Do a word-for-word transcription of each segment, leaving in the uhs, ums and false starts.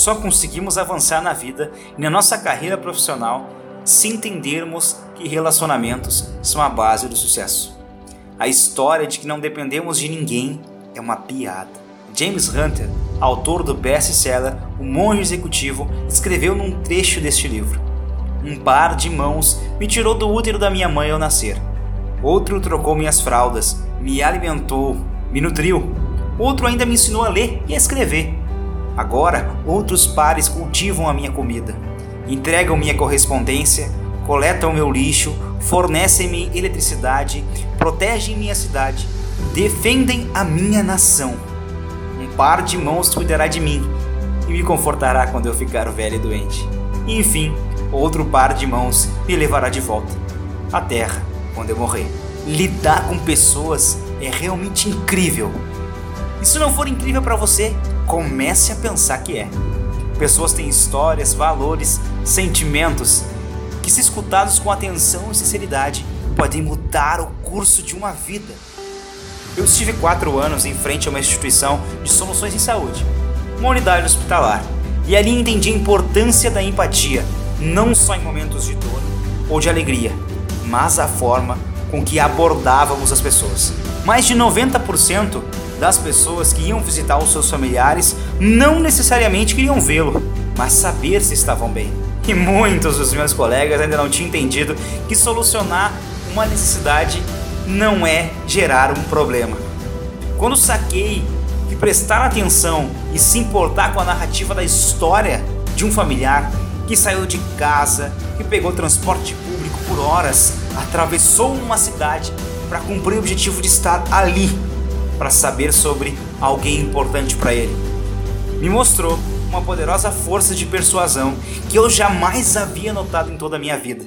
só conseguimos avançar na vida e na nossa carreira profissional se entendermos que relacionamentos são a base do sucesso. A história de que não dependemos de ninguém é uma piada. James Hunter, autor do best-seller O Monge Executivo, escreveu num trecho deste livro: um par de mãos me tirou do útero da minha mãe ao nascer. Outro trocou minhas fraldas, me alimentou, me nutriu. Outro ainda me ensinou a ler e a escrever. Agora, outros pares cultivam a minha comida, entregam minha correspondência, coletam meu lixo, fornecem-me eletricidade, protegem minha cidade, defendem a minha nação. Um par de mãos cuidará de mim e me confortará quando eu ficar velho e doente. E, enfim, outro par de mãos me levará de volta à terra quando eu morrer. Lidar com pessoas é realmente incrível. E se não for incrível para você, comece a pensar que é. Pessoas têm histórias, valores, sentimentos que, se escutados com atenção e sinceridade, podem mudar o curso de uma vida. Eu estive quatro anos em frente a uma instituição de soluções em saúde, uma unidade hospitalar, e ali entendi a importância da empatia, não só em momentos de dor ou de alegria, mas a forma com que abordávamos as pessoas. Mais de noventa por cento das pessoas que iam visitar os seus familiares não necessariamente queriam vê-lo, mas saber se estavam bem. E muitos dos meus colegas ainda não tinham entendido que solucionar uma necessidade não é gerar um problema. Quando saquei que prestar atenção e se importar com a narrativa da história de um familiar que saiu de casa, que pegou transporte público por horas, atravessou uma cidade para cumprir o objetivo de estar ali, para saber sobre alguém importante para ele, me mostrou uma poderosa força de persuasão que eu jamais havia notado em toda a minha vida.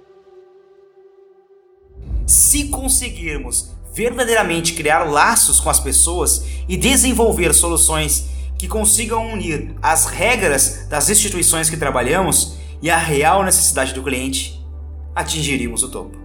Se conseguirmos verdadeiramente criar laços com as pessoas e desenvolver soluções que consigam unir as regras das instituições que trabalhamos e a real necessidade do cliente, atingiríamos o topo.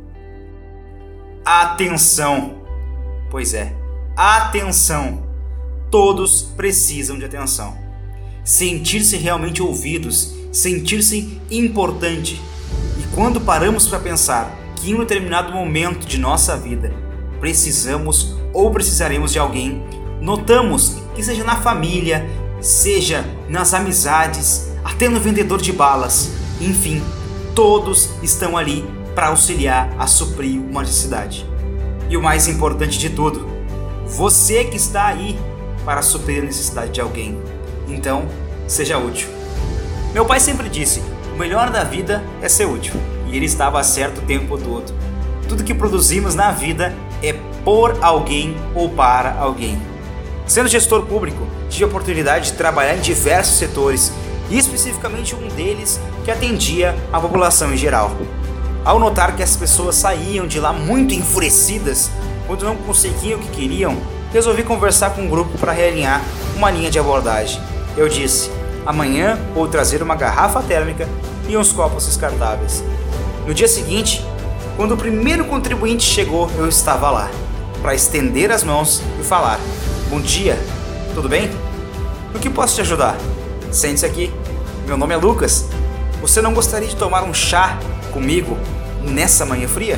Atenção! Pois é, atenção! Todos precisam de atenção. Sentir-se realmente ouvidos, sentir-se importante. E quando paramos para pensar que em um determinado momento de nossa vida precisamos ou precisaremos de alguém, notamos que seja na família, seja nas amizades, até no vendedor de balas, enfim, todos estão ali para auxiliar a suprir uma necessidade. E o mais importante de tudo, você que está aí para suprir a necessidade de alguém. Então, seja útil. Meu pai sempre disse: o melhor da vida é ser útil. E ele estava certo o tempo todo. Tudo que produzimos na vida é por alguém ou para alguém. Sendo gestor público, tive a oportunidade de trabalhar em diversos setores, e especificamente um deles que atendia a população em geral. Ao notar que as pessoas saíam de lá muito enfurecidas quando não conseguiam o que queriam, resolvi conversar com um grupo para realinhar uma linha de abordagem. Eu disse: amanhã vou trazer uma garrafa térmica e uns copos descartáveis. No dia seguinte, quando o primeiro contribuinte chegou, eu estava lá, para estender as mãos e falar: bom dia, tudo bem? No que posso te ajudar? Sente-se aqui, meu nome é Lucas. Você não gostaria de tomar um chá comigo nessa manhã fria?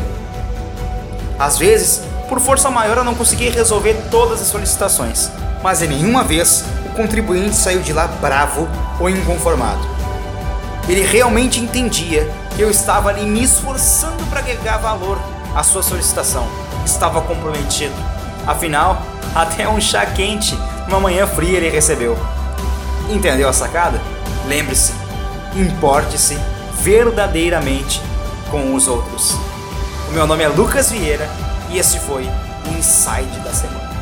Às vezes, por força maior, eu não consegui resolver todas as solicitações, mas em nenhuma vez o contribuinte saiu de lá bravo ou inconformado. Ele realmente entendia que eu estava ali me esforçando para agregar valor à sua solicitação. Estava comprometido. Afinal, até um chá quente numa manhã fria ele recebeu. Entendeu a sacada? Lembre-se, importe-se verdadeiramente com os outros. O meu nome é Lucas Vieira e esse foi o Inside da Semana.